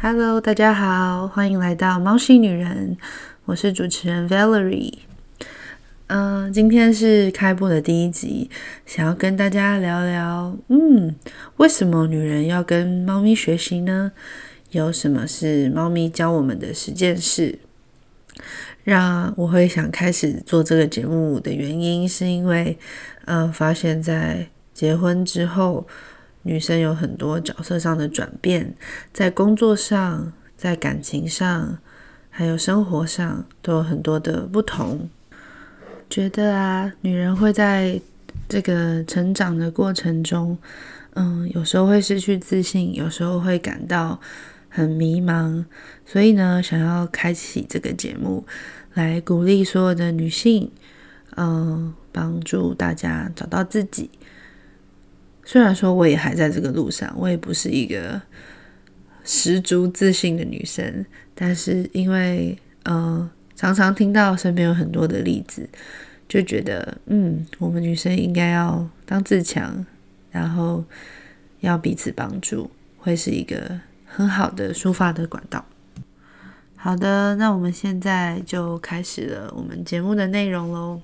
Hello， 大家好，欢迎来到猫系女人，我是主持人 Valerie。今天是开播的第一集，想要跟大家聊聊，为什么女人要跟猫咪学习呢？有什么是猫咪教我们的10件事？让我会想开始做这个节目的原因，是因为发现在结婚之后，女生有很多角色上的转变，在工作上，在感情上，还有生活上，都有很多的不同。觉得女人会在这个成长的过程中，有时候会失去自信，有时候会感到很迷茫，所以呢，想要开启这个节目，来鼓励所有的女性，帮助大家找到自己。虽然说我也还在这个路上，我也不是一个十足自信的女生，但是因为常常听到身边有很多的例子，就觉得我们女生应该要当自强，然后要彼此帮助，会是一个很好的抒发的管道。好的，那我们现在就开始了我们节目的内容咯。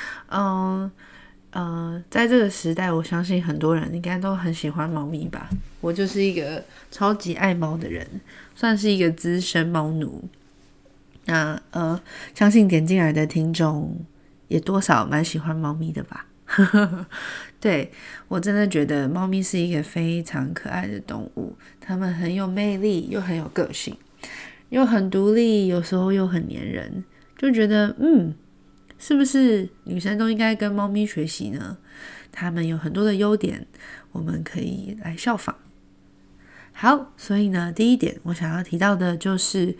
在这个时代，我相信很多人应该都很喜欢猫咪吧。我就是一个超级爱猫的人，算是一个资深猫奴。那相信点进来的听众也多少蛮喜欢猫咪的吧。对，我真的觉得猫咪是一个非常可爱的动物，它们很有魅力，又很有个性，又很独立，有时候又很黏人，就觉得是不是女生都应该跟猫咪学习呢？它们有很多的优点，我们可以来效仿。好，所以呢，第一点我想要提到的就是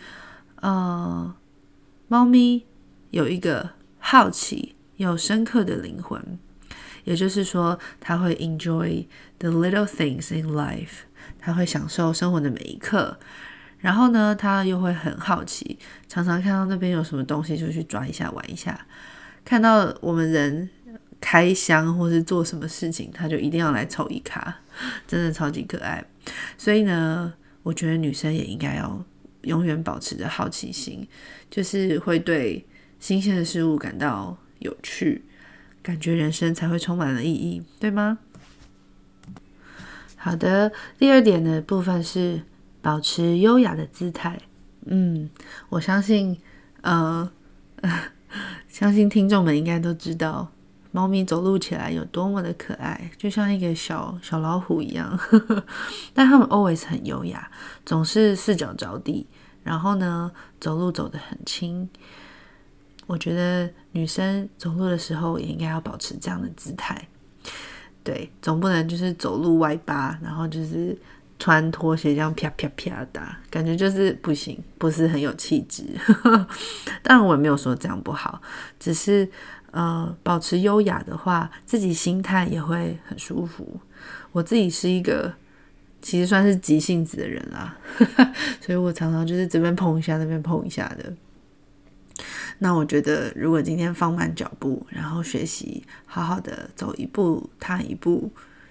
猫咪有一个好奇又深刻的灵魂，也就是说它会 enjoy the little things in life， 它会享受生活的每一刻，然后呢它又会很好奇，常常看到那边有什么东西就去抓一下玩一下，看到我们人开箱或是做什么事情，它就一定要来凑一卡，真的超级可爱。所以呢，我觉得女生也应该要永远保持着好奇心，就是会对新鲜的事物感到有趣，感觉人生才会充满了意义，对吗？好的，第二点的部分是保持优雅的姿态。我相信相信听众们应该都知道，猫咪走路起来有多么的可爱，就像一个小老虎一样但它们 always 很优雅，总是4脚着地，然后呢走路走得很轻。我觉得女生走路的时候也应该要保持这样的姿态，对，总不能就是走路歪八，然后就是穿拖鞋这样啪啪啪的，感觉就是不行，不是很有气质当然我也没有说这样不好，只是保持优雅的话，自己心态也会很舒服。我自己是一个其实算是急性子的人啦所以我常常就是这边碰一下那边碰一下的。那我觉得如果今天放慢脚步，然后学习好好的走一步踏一步。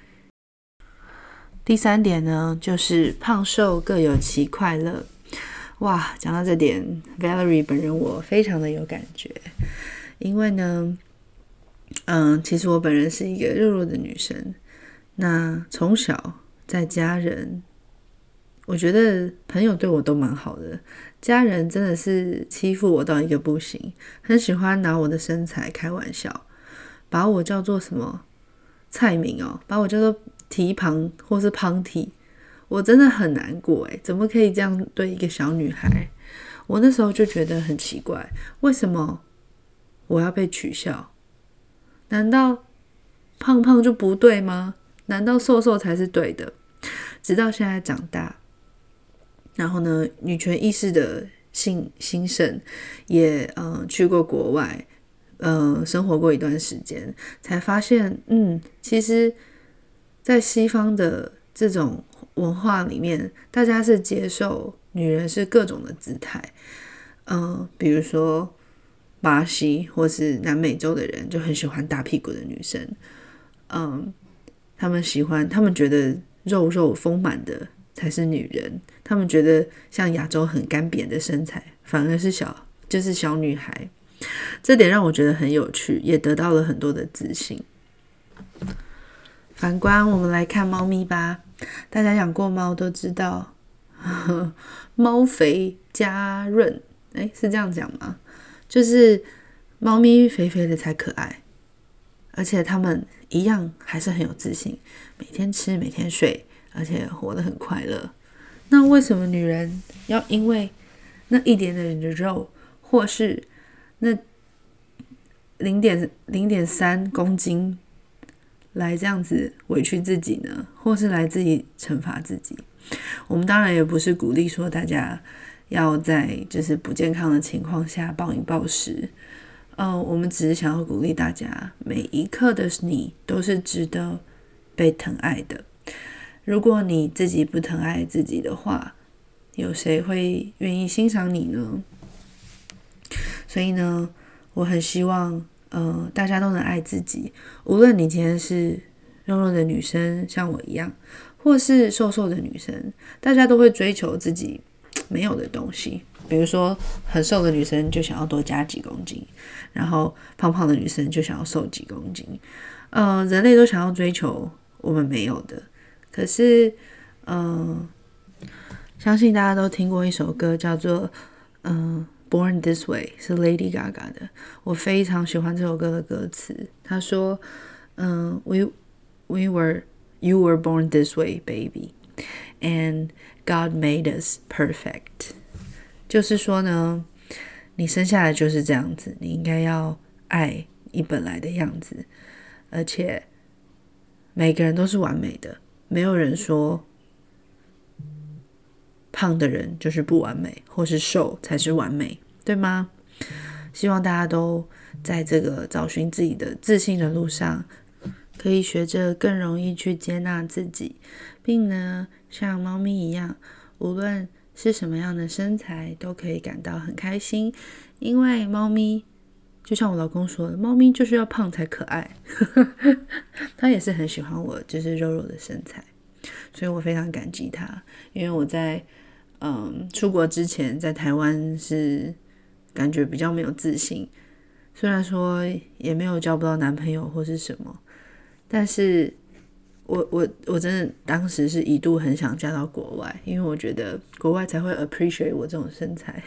第3点呢，就是胖瘦各有其快乐。哇，讲到这点 Valerie 本人我非常的有感觉，因为呢其实我本人是一个肉弱的女生，那从小在家人，我觉得朋友对我都蛮好的，家人真的是欺负我到一个不行，很喜欢拿我的身材开玩笑，把我叫做什么菜名把我叫做蹄膀或是胖体，我真的很难过怎么可以这样对一个小女孩？我那时候就觉得很奇怪，为什么我要被取笑？难道胖胖就不对吗？难道瘦瘦才是对的？直到现在长大，然后呢，女权意识的兴盛，也去过国外，生活过一段时间，才发现，其实在西方的这种文化里面，大家是接受女人是各种的姿态，比如说巴西或是南美洲的人就很喜欢大屁股的女生，他们觉得肉丰满的才是女人，他们觉得像亚洲很干瘪的身材反而是小女孩，这点让我觉得很有趣，也得到了很多的自信。反观我们来看猫咪吧，大家养过猫都知道猫肥加润，是这样讲吗？就是猫咪肥肥的才可爱，而且它们一样还是很有自信，每天吃每天睡，而且活得很快乐。那为什么女人要因为那一点点的肉，或是那0.3公斤来这样子委屈自己呢？或是来自己惩罚自己？我们当然也不是鼓励说大家要在就是不健康的情况下暴饮暴食，我们只是想要鼓励大家，每一刻的你都是值得被疼爱的。如果你自己不疼爱自己的话，有谁会愿意欣赏你呢？所以呢，我很希望大家都能爱自己，无论你今天是肉肉的女生像我一样，或是瘦瘦的女生，大家都会追求自己没有的东西。比如说很瘦的女生就想要多加几公斤，然后胖胖的女生就想要瘦几公斤。人类都想要追求我们没有的。可是相信大家都听过一首歌叫做Born This Way， 是 Lady Gaga 的，我非常喜欢这首歌的歌词。他说You were born this way, baby, and God made us perfect。 就是说呢，你生下来就是这样子，你应该要爱你本来的样子，而且每个人都是完美的，没有人说胖的人就是不完美，或是瘦才是完美，对吗？希望大家都在这个找寻自己的自信的路上，可以学着更容易去接纳自己，并呢像猫咪一样，无论是什么样的身材都可以感到很开心。因为猫咪就像我老公说的，猫咪就是要胖才可爱他也是很喜欢我就是肉肉的身材，所以我非常感激他。因为我在出国之前在台湾是感觉比较没有自信，虽然说也没有交不到男朋友或是什么，但是我真的当时是一度很想嫁到国外，因为我觉得国外才会 appreciate 我这种身材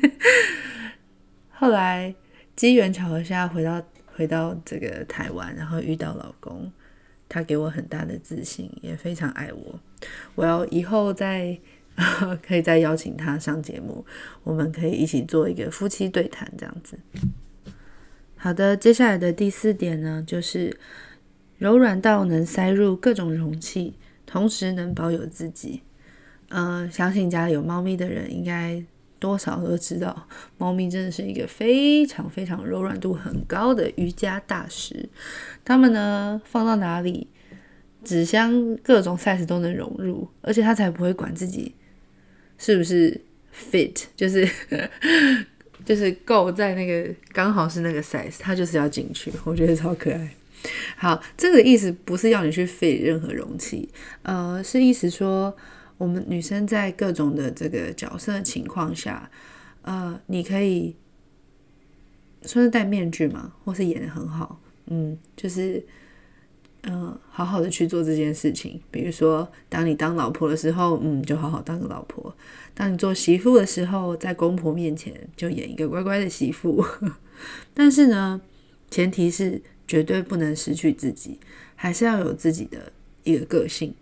后来机缘巧合下回到这个台湾，然后遇到老公，他给我很大的自信，也非常爱我。我要以后可以再邀请他上节目，我们可以一起做一个夫妻对谈这样子。好的，接下来的第4点呢，就是柔软到能塞入各种容器，同时能保有自己。相信家里有猫咪的人应该多少都知道，猫咪真的是一个非常非常柔软度很高的瑜伽大师。它们呢放到哪里，纸箱各种 size 都能融入，而且它才不会管自己是不是 fit， 就是够在那个刚好是那个 size， 它就是要进去，我觉得超可爱。好，这个意思不是要你去 fit 任何容器，是意思说我们女生在各种的这个角色情况下，你可以算是戴面具嘛，或是演得很好，就是好好的去做这件事情。比如说当你当老婆的时候，就好好当个老婆；当你做媳妇的时候，在公婆面前就演一个乖乖的媳妇但是呢，前提是绝对不能失去自己，还是要有自己的一个个性。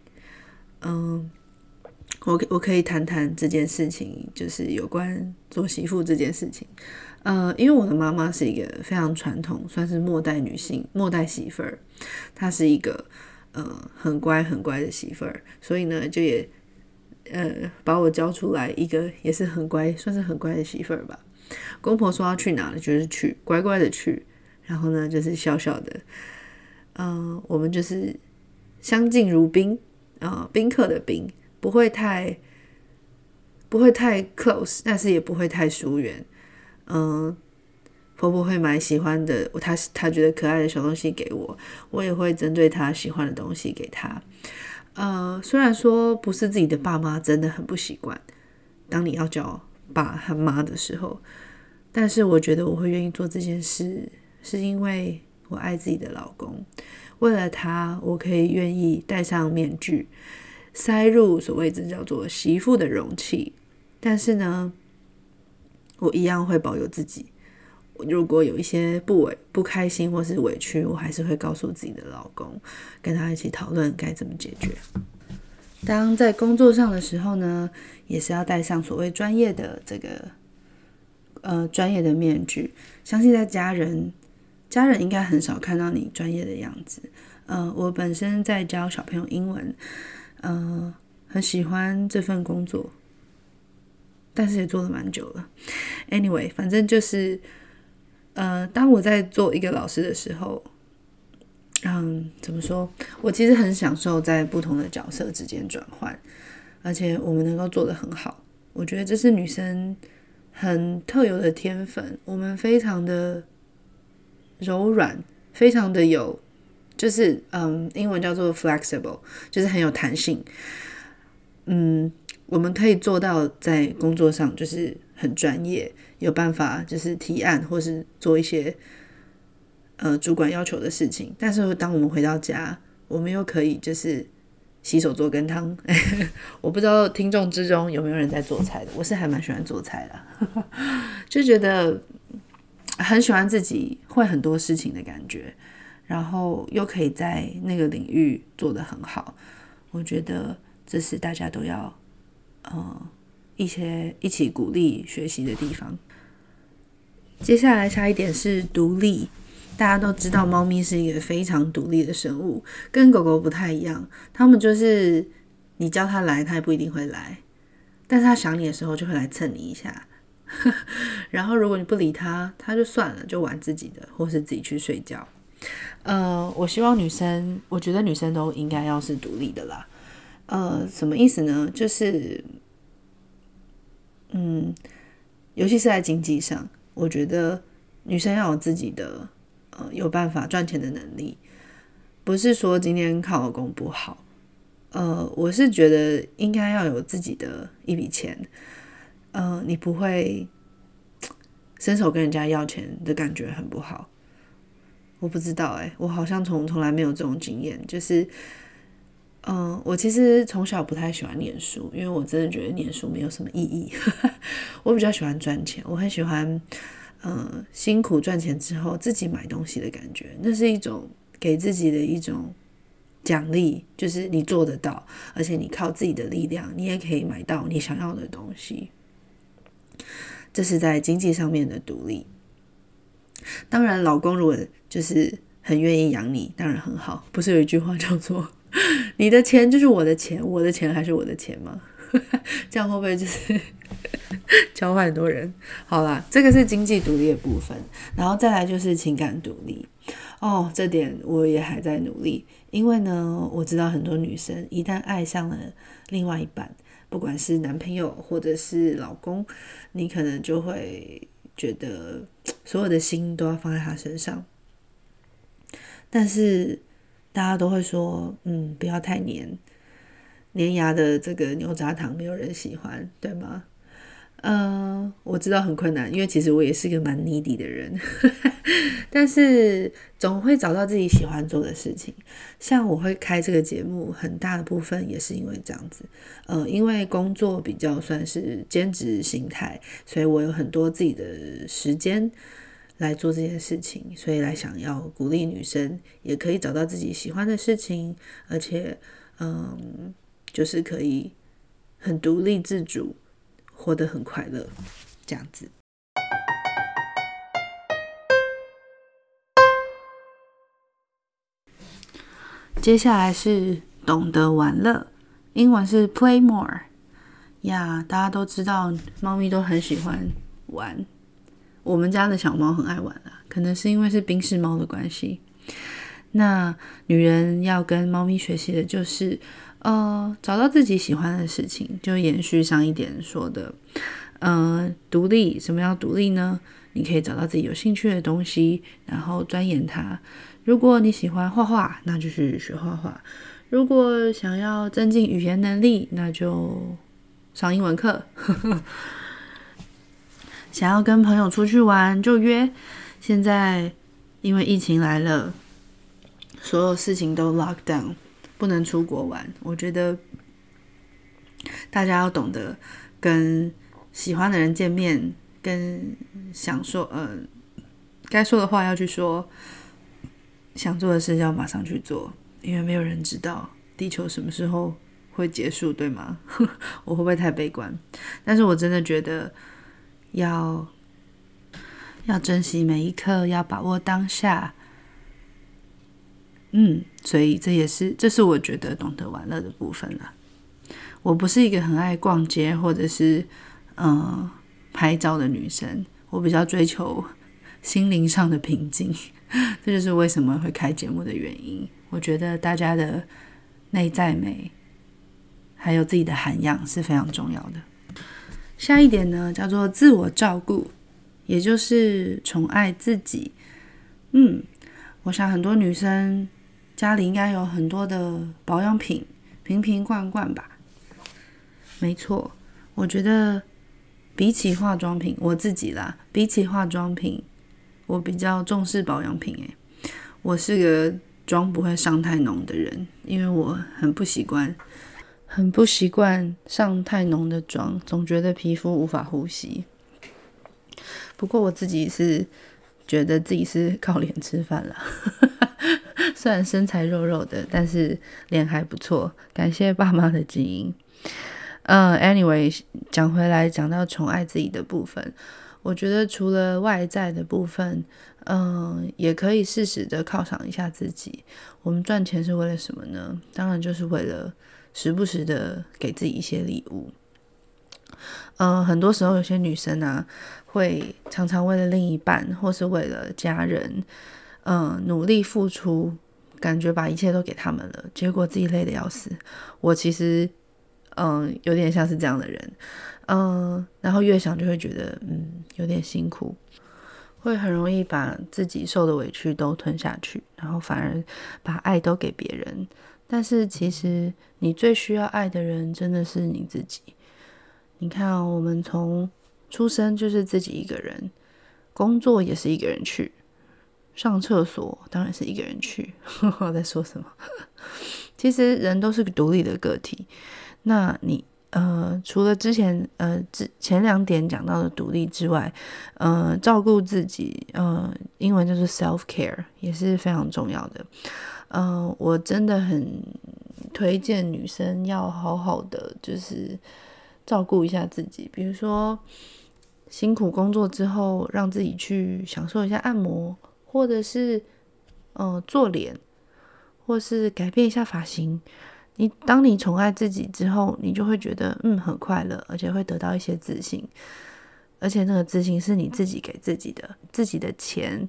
我可以谈谈这件事情，就是有关做媳妇这件事情。因为我的妈妈是一个非常传统，算是末代女性、末代媳妇儿，她是一个很乖很乖的媳妇儿，所以呢就也把我教出来一个也是很乖，算是很乖的媳妇儿吧。公婆说要去哪了就是去，乖乖的去，然后呢就是笑笑的。我们就是相敬如宾，宾客的宾，不会太 close， 但是也不会太疏远。婆婆会买喜欢的，她觉得可爱的小东西给我，我也会针对她喜欢的东西给她。 虽然说不是自己的爸妈真的很不习惯，当你要叫爸和妈的时候，但是我觉得我会愿意做这件事，是因为我爱自己的老公，为了他，我可以愿意戴上面具，塞入所谓这叫做媳妇的容器，但是呢，我一样会保有自己。如果有一些不开心或是委屈，我还是会告诉自己的老公，跟他一起讨论该怎么解决。当在工作上的时候呢，也是要戴上所谓专业的专业的面具。相信在家人应该很少看到你专业的样子。我本身在教小朋友英文，很喜欢这份工作，但是也做了蛮久了。Anyway， 反正就是当我在做一个老师的时候，怎么说？我其实很享受在不同的角色之间转换，而且我们能够做得很好。我觉得这是女生很特有的天分，我们非常的柔软，非常的有，就是英文叫做 flexible， 就是很有弹性。我们可以做到在工作上就是很专业，有办法就是提案或是做一些主管要求的事情，但是当我们回到家，我们又可以就是洗手做羹汤。我不知道听众之中有没有人在做菜的，我是还蛮喜欢做菜的，就觉得很喜欢自己会很多事情的感觉，然后又可以在那个领域做得很好。我觉得这是大家都要一起鼓励学习的地方。接下来下一点是独立。大家都知道猫咪是一个非常独立的生物，跟狗狗不太一样，它们就是你叫它来它也不一定会来，但是它想你的时候就会来蹭你一下然后如果你不理它，它就算了，就玩自己的，或是自己去睡觉。我希望我觉得女生都应该要是独立的啦。什么意思呢？就是尤其是在经济上，我觉得女生要有自己的有办法赚钱的能力，不是说今天靠老公不好。我是觉得应该要有自己的一笔钱，你不会伸手跟人家要钱的感觉很不好。我不知道我好像从来没有这种经验，就是我其实从小不太喜欢念书，因为我真的觉得念书没有什么意义我比较喜欢赚钱，我很喜欢辛苦赚钱之后自己买东西的感觉，那是一种给自己的一种奖励，就是你做得到，而且你靠自己的力量，你也可以买到你想要的东西。这是在经济上面的独立。当然老公如果就是很愿意养你，当然很好。不是有一句话叫做你的钱就是我的钱，我的钱还是我的钱吗这样会不会就是教坏很多人？好啦，这个是经济独立的部分，然后再来就是情感独立。这点我也还在努力，因为呢，我知道很多女生一旦爱上了另外一半，不管是男朋友或者是老公，你可能就会觉得所有的心都要放在他身上。但是大家都会说，不要太黏牙的这个牛轧糖没有人喜欢，对吗？我知道很困难，因为其实我也是一个蛮 needy 的人但是总会找到自己喜欢做的事情。像我会开这个节目，很大的部分也是因为这样子。因为工作比较算是兼职形态，所以我有很多自己的时间来做这件事情，所以来想要鼓励女生也可以找到自己喜欢的事情，而且就是可以很独立自主，活得很快乐，这样子。接下来是懂得玩乐，英文是 play more。大家都知道猫咪都很喜欢玩，我们家的小猫很爱玩可能是因为是宾士猫的关系。那女人要跟猫咪学习的就是找到自己喜欢的事情，就延续上一点说的独立。什么叫独立呢？你可以找到自己有兴趣的东西，然后钻研它。如果你喜欢画画，那就是学画画； 如果想要增进语言能力，那就上英文课。想要跟朋友出去玩就约。现在因为疫情来了，所有事情都 lock down， 不能出国玩。我觉得大家要懂得跟喜欢的人见面，跟想说该说的话要去说，想做的事要马上去做，因为没有人知道地球什么时候会结束，对吗？我会不会太悲观？但是我真的觉得要珍惜每一刻，要把握当下。所以这是我觉得懂得玩乐的部分啦。我不是一个很爱逛街或者是拍照的女生，我比较追求心灵上的平静。这就是为什么会开节目的原因。我觉得大家的内在美还有自己的涵养是非常重要的。下一点呢，叫做自我照顾，也就是宠爱自己。我想很多女生家里应该有很多的保养品，瓶瓶罐罐吧。没错，我觉得比起化妆品，我自己啦，比起化妆品，我比较重视保养品。我是个妆不会上太浓的人，因为我很不习惯上太浓的妆，总觉得皮肤无法呼吸。不过我自己是觉得自己是靠脸吃饭啦。虽然身材肉肉的，但是脸还不错，感谢爸妈的基因。anyway， 讲回来，讲到宠爱自己的部分，我觉得除了外在的部分，也可以适时的犒赏一下自己。我们赚钱是为了什么呢？当然就是为了时不时的给自己一些礼物。很多时候有些女生啊，会常常为了另一半或是为了家人，努力付出，感觉把一切都给他们了，结果自己累得要死。我其实有点像是这样的人，然后越想就会觉得有点辛苦，会很容易把自己受的委屈都吞下去，然后反而把爱都给别人。但是其实你最需要爱的人真的是你自己。你看我们从出生就是自己一个人，工作也是一个人去，上厕所当然是一个人去。我在说什么？其实人都是独立的个体。那你除了前2点讲到的独立之外，照顾自己，英文就是 self-care， 也是非常重要的。我真的很推荐女生要好好的就是照顾一下自己，比如说辛苦工作之后，让自己去享受一下按摩，或者是做脸，或是改变一下发型。当你宠爱自己之后，你就会觉得很快乐，而且会得到一些自信，而且那个自信是你自己给自己的，自己的钱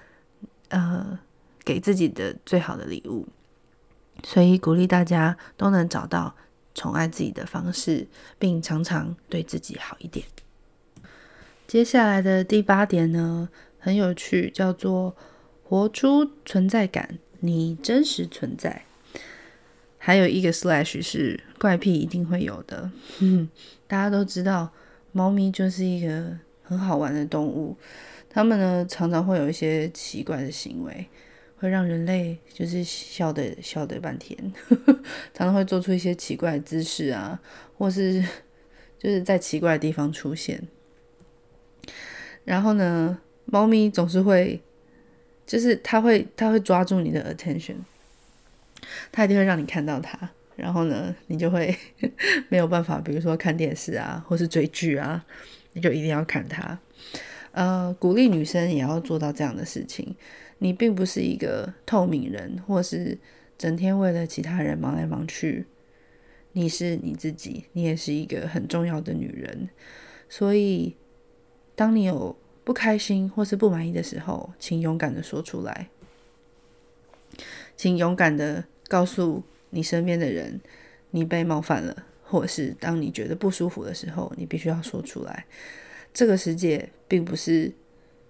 给自己的最好的礼物。所以鼓励大家都能找到宠爱自己的方式，并常常对自己好一点。接下来的第8点呢，很有趣，叫做活出存在感，你真实存在。还有一个 slash 是怪癖一定会有的。大家都知道猫咪就是一个很好玩的动物，它们呢常常会有一些奇怪的行为，会让人类就是笑得半天。常常会做出一些奇怪的姿势啊，或是就是在奇怪的地方出现。然后呢，猫咪总是会，就是它会抓住你的 attention， 它一定会让你看到它，然后呢，你就会没有办法，比如说看电视啊，或是追剧啊，你就一定要看它。鼓励女生也要做到这样的事情。你并不是一个透明人，或是整天为了其他人忙来忙去，你是你自己，你也是一个很重要的女人。所以当你有不开心或是不满意的时候，请勇敢的说出来，请勇敢的告诉你身边的人你被冒犯了，或者是当你觉得不舒服的时候，你必须要说出来。这个世界并不是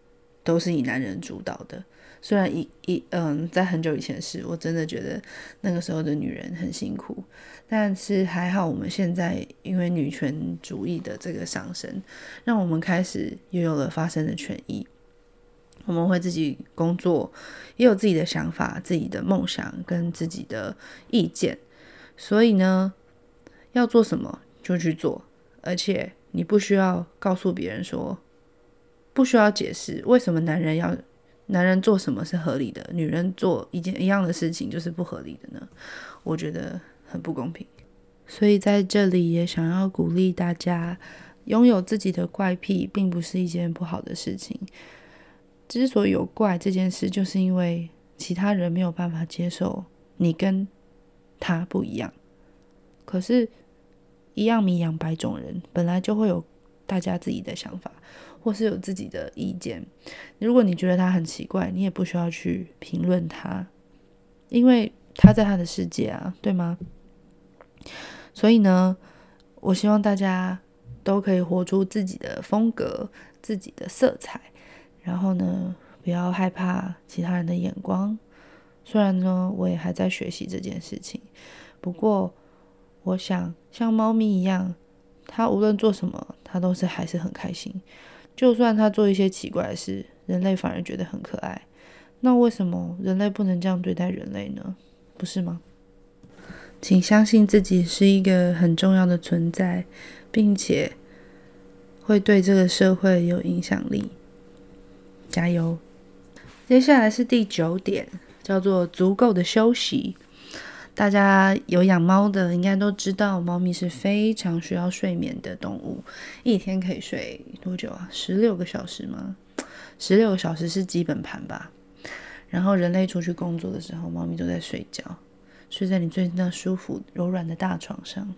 都是以男人主导的。虽然在很久以前是我真的觉得那个时候的女人很辛苦，但是还好我们现在因为女权主义的这个上升，让我们开始也有了发声的权益。我们会自己工作，也有自己的想法、自己的梦想跟自己的意见，所以呢，要做什么就去做，而且你不需要告诉别人说，不需要解释为什么男人做什么是合理的，女人做一样的事情就是不合理的呢？我觉得很不公平。所以在这里也想要鼓励大家，拥有自己的怪癖并不是一件不好的事情。之所以有怪这件事，就是因为其他人没有办法接受你跟他不一样。可是，一样米养百种人，本来就会有大家自己的想法，或是有自己的意见。如果你觉得他很奇怪，你也不需要去评论他，因为他在他的世界啊，对吗？所以呢，我希望大家都可以活出自己的风格、自己的色彩。然后呢，不要害怕其他人的眼光。虽然呢，我也还在学习这件事情，不过我想像猫咪一样，它无论做什么，它都还是很开心。就算它做一些奇怪的事，人类反而觉得很可爱。那为什么人类不能这样对待人类呢？不是吗？请相信自己是一个很重要的存在，并且会对这个社会有影响力。加油！接下来是第9点，叫做足够的休息。大家有养猫的应该都知道，猫咪是非常需要睡眠的动物，一天可以睡多久啊？16个小时吗？16个小时是基本盘吧。然后人类出去工作的时候，猫咪都在睡觉，睡在你最那舒服柔软的大床上。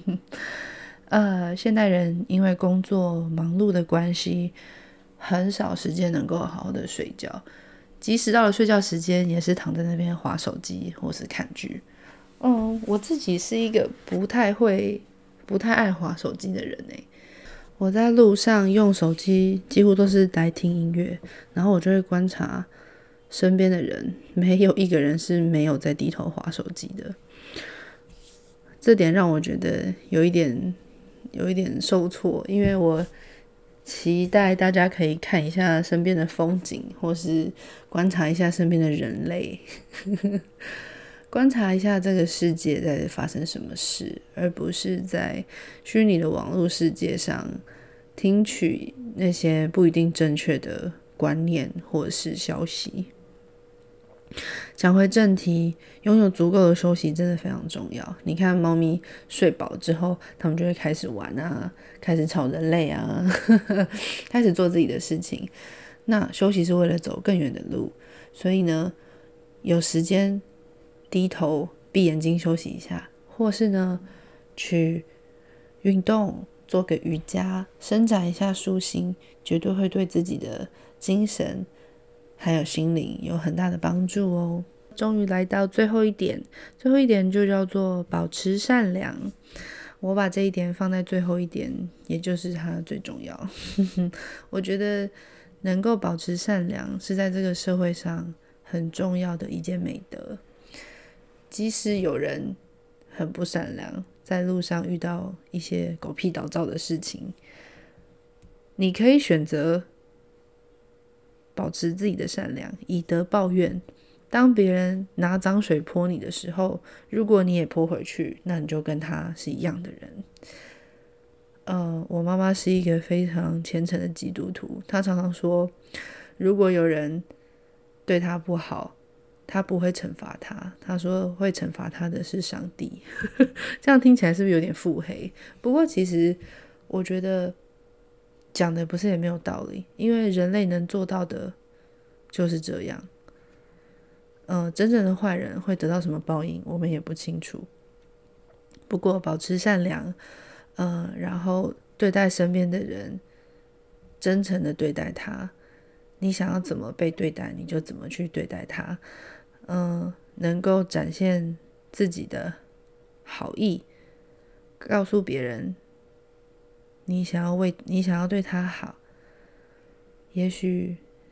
现代人因为工作忙碌的关系，很少时间能够好好的睡觉，即使到了睡觉时间，也是躺在那边滑手机或是看剧。我自己是一个不太爱滑手机的人欸。我在路上用手机几乎都是来听音乐，然后我就会观察身边的人，没有一个人是没有在低头滑手机的。这点让我觉得有一点受挫，因为我期待大家可以看一下身边的风景，或是观察一下身边的人类观察一下这个世界在发生什么事，而不是在虚拟的网络世界上听取那些不一定正确的观念或是消息。讲回正题，拥有足够的休息真的非常重要。你看猫咪睡饱之后，它们就会开始玩啊，开始吵人类啊开始做自己的事情。那休息是为了走更远的路，所以呢，有时间低头闭眼睛休息一下，或是呢去运动，做个瑜伽，伸展一下舒心，绝对会对自己的精神还有心灵有很大的帮助哦。终于来到最后一点就叫做保持善良。我把这一点放在最后一点，也就是它最重要我觉得能够保持善良是在这个社会上很重要的一件美德。即使有人很不善良，在路上遇到一些狗屁倒灶的事情，你可以选择保持自己的善良，以德报怨。当别人拿脏水泼你的时候，如果你也泼回去，那你就跟他是一样的人。我妈妈是一个非常虔诚的基督徒，她常常说，如果有人对她不好，他不会惩罚他，他说会惩罚他的是上帝这样听起来是不是有点腹黑？不过其实我觉得讲的不是也没有道理，因为人类能做到的就是这样。真正的坏人会得到什么报应，我们也不清楚。不过保持善良，然后对待身边的人，真诚的对待他，你想要怎么被对待，你就怎么去对待他。能够展现自己的好意，告诉别人你想要对他好，也许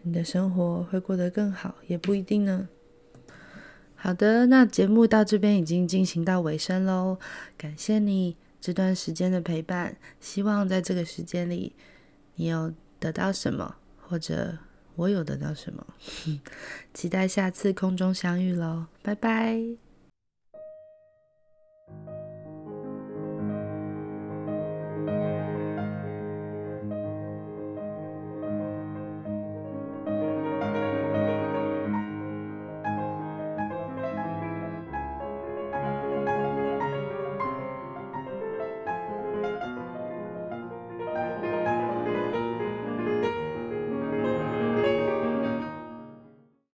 你的生活会过得更好，也不一定呢。好的，那节目到这边已经进行到尾声咯，感谢你这段时间的陪伴，希望在这个时间里你有得到什么，或者我有得到什么。期待下次空中相遇咯，拜拜。